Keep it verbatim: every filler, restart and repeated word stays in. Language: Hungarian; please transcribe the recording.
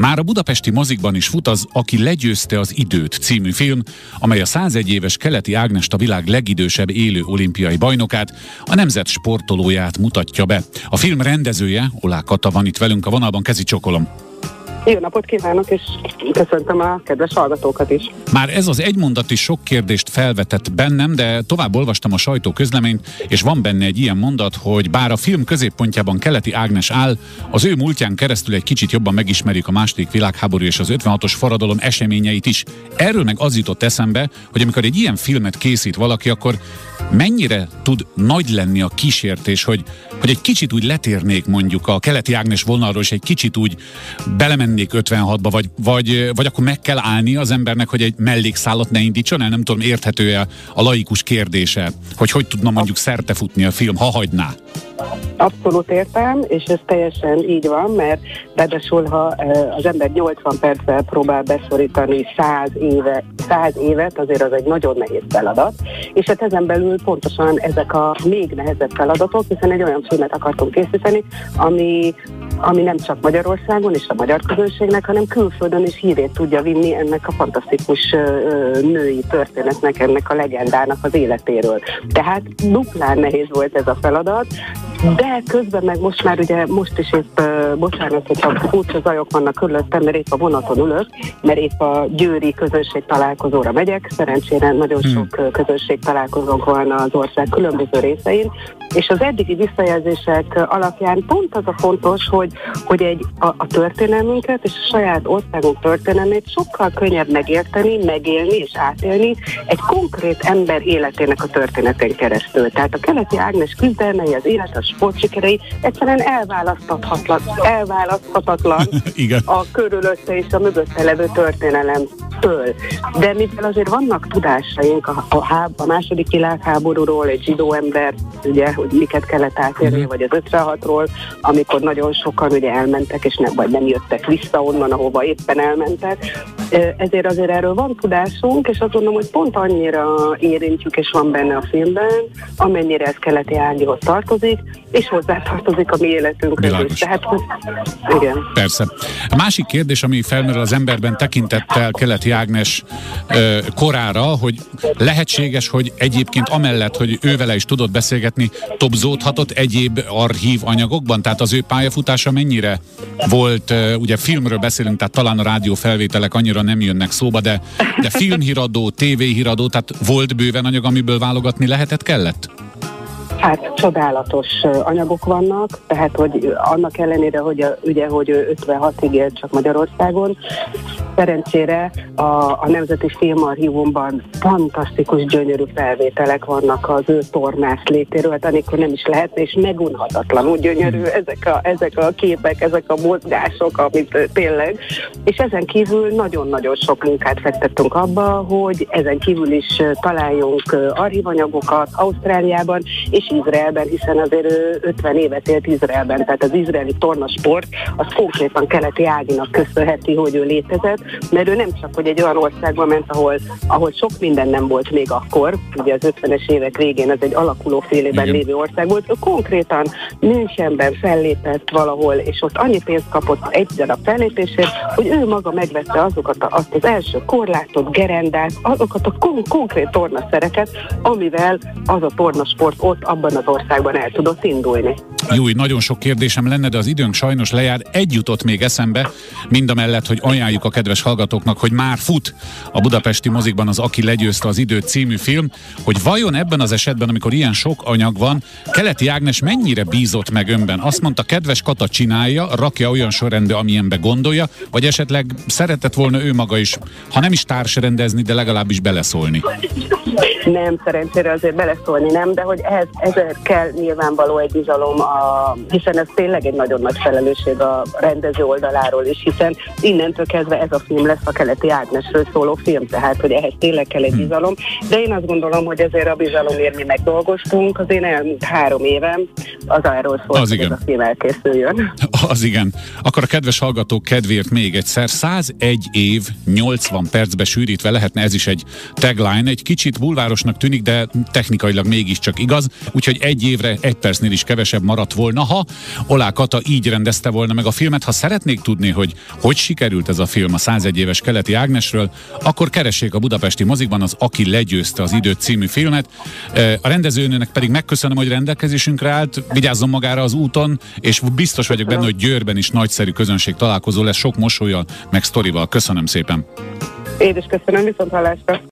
Már a budapesti mozikban is fut az Aki legyőzte az időt című film, amely a százegy éves Keleti Ágnest, a világ legidősebb élő olimpiai bajnokát, a nemzet sportolóját mutatja be. A film rendezője, Oláh Kata van itt velünk a vonalban, kezi csokolom. Jó napot kívánok, és köszöntöm a kedves hallgatókat is. Már ez az egy mondat is sok kérdést felvetett bennem, de tovább olvastam a sajtóközleményt, és van benne egy ilyen mondat, hogy bár a film középpontjában Keleti Ágnes áll, az ő múltján keresztül egy kicsit jobban megismerjük a második világháború és az ötvenhatos forradalom eseményeit is. Erről meg az jutott eszembe, hogy amikor egy ilyen filmet készít valaki, akkor mennyire tud nagy lenni a kísértés, hogy, hogy egy kicsit úgy letérnék mondjuk a Keleti Ágnes vonalról, és egy kicsit úgy belemennék ötvenhatba, vagy, vagy, vagy akkor meg kell állni az embernek, hogy egy mellékszálat ne indítson el? Nem tudom, érthető-e a laikus kérdése, hogy hogy tudna mondjuk szertefutni a film, ha hagyná? Abszolút értem, és ez teljesen így van, mert ráadásul, ha az ember nyolcvan perccel próbál beszorítani száz éve, száz évet, azért az egy nagyon nehéz feladat, és hát ezen belül pontosan ezek a még nehezebb feladatok, hiszen egy olyan filmet akartunk készíteni, ami, ami nem csak Magyarországon és a magyar közönségnek, hanem külföldön is hírét tudja vinni ennek a fantasztikus női történetnek, ennek a legendának az életéről. Tehát duplán nehéz volt ez a feladat, de közben meg most már ugye most is épp, uh, bocsánat, hogyha furcsa zajok vannak körülöttem, mert épp a vonaton ülök, mert épp a győri közönség találkozóra megyek, szerencsére nagyon hmm. sok uh, közönség találkozónk van az ország különböző részein, és az eddigi visszajelzések alapján pont az a fontos, hogy, hogy egy, a, a történelmünket és a saját országunk történelmét sokkal könnyebb megérteni, megélni és átélni egy konkrét ember életének a történeten keresztül. Tehát a Keleti Ágnes küzdelmei, az élet, a sportsikerei egyszerűen elválaszthatatlan, elválaszthatatlan a körülötte és a mögötte levő történelemtől. De mivel azért vannak tudásaink a, a, háb, a második világháborúról, egy zsidó ember, ugye, hogy miket kellett átérni, uh-huh. vagy az ötvenhatról, amikor nagyon sokan ugye elmentek, és nem, vagy nem jöttek vissza onnan, ahova éppen elmentek. Ezért azért erről van tudásunk, és azt gondolom, hogy pont annyira érintjük, és van benne a filmben, amennyire ez Keleti Ágihoz tartozik, és hozzá tartozik a mi életünkről is. Tehát, igen. Persze. A másik kérdés, ami felmerül az emberben tekintettel Keleti Ágnes ö, korára, hogy lehetséges, hogy egyébként amellett, hogy ővele is tudott beszélgetni, tobzódhatott egyéb archív anyagokban? Tehát az ő pályafutása mennyire volt, ö, ugye filmről beszélünk, tehát talán a rádiófelvételek annyira nem jönnek szóba, de, de filmhíradó, tévéhíradó, tehát volt bőven anyag, amiből válogatni lehetett, kellett? Hát csodálatos anyagok vannak, tehát hogy annak ellenére, hogy a, ugye, hogy ötvenhatig élt csak Magyarországon, szerencsére a, a Nemzeti Filmarchívumban fantasztikus, gyönyörű felvételek vannak az ő tornász létéről, hát amikor nem is lehetne, és megunhatatlanul gyönyörű ezek a, ezek a képek, ezek a mozgások, amit tényleg, és ezen kívül nagyon-nagyon sok munkát fektettünk abba, hogy ezen kívül is találjunk archívanyagokat Ausztráliában és Izraelben, hiszen azért ő ötven évet élt Izraelben, tehát az izraeli tornasport az konkrétan Keleti Áginak köszönheti, hogy ő létezett, mert ő nem csak, hogy egy olyan országba ment, ahol, ahol sok minden nem volt még akkor, ugye az ötvenes évek végén ez egy alakuló félében lévő ország volt, ő konkrétan Münchenben fellépett valahol, és ott annyi pénzt kapott egy darab fellépésért, hogy ő maga megvette azokat a, azt az első korlátot, gerendát, azokat a kon- konkrét tornaszereket, amivel az a tornasport ott abban az országban el tudott indulni. Júj, nagyon sok kérdésem lenne, de az időnk sajnos lejár. Egy jutott még eszembe, mindamellett, hogy ajánljuk a kedves hallgatóknak, hogy már fut a budapesti mozikban az Aki legyőzte az időt című film, hogy vajon ebben az esetben, amikor ilyen sok anyag van, Keleti Ágnes mennyire bízott meg önben? Azt mondta, kedves Kata, csinálja, rakja olyan sorrendbe, amilyenbe gondolja, vagy esetleg szeretett volna ő maga is, ha nem is társrendezni, de legalábbis beleszólni? Nem, szerencsére azért beleszólni nem, de hogy ez, ezért kell nyilvánvaló egy bizalom, a, hiszen ez tényleg egy nagyon nagy felelősség a rendező oldaláról is, hiszen innentől kezdve ez a film lesz a Keleti Ágnesről szóló film, tehát hogy ehhez tényleg kell egy bizalom, de én azt gondolom, hogy ezért a bizalomért mi megdolgoztunk, az én elmúlt három évem az arról szólt, hogy ez a film elkészüljön. Az igen. Akkor a kedves hallgatók kedvéért még egyszer, százegy év, nyolcvan percbe sűrítve lehetne, ez is egy tagline, egy kicsit bulvárosnak tűnik, de technikailag mégiscsak igaz, úgyhogy egy évre egy percnél is kevesebb marad maradt volna, ha Oláh Kata így rendezte volna meg a filmet. Ha szeretnék tudni, hogy hogy sikerült ez a film a százegy éves Keleti Ágnesről, akkor keressék a budapesti mozikban az Aki legyőzte az időt című filmet. A rendezőnőnek pedig megköszönöm, hogy rendelkezésünkre állt, vigyázzon magára az úton, és biztos vagyok benne, hogy Győrben is nagyszerű közönség találkozó lesz, sok mosollyal, meg sztorival. Köszönöm szépen. Én is köszönöm, viszont hallásra.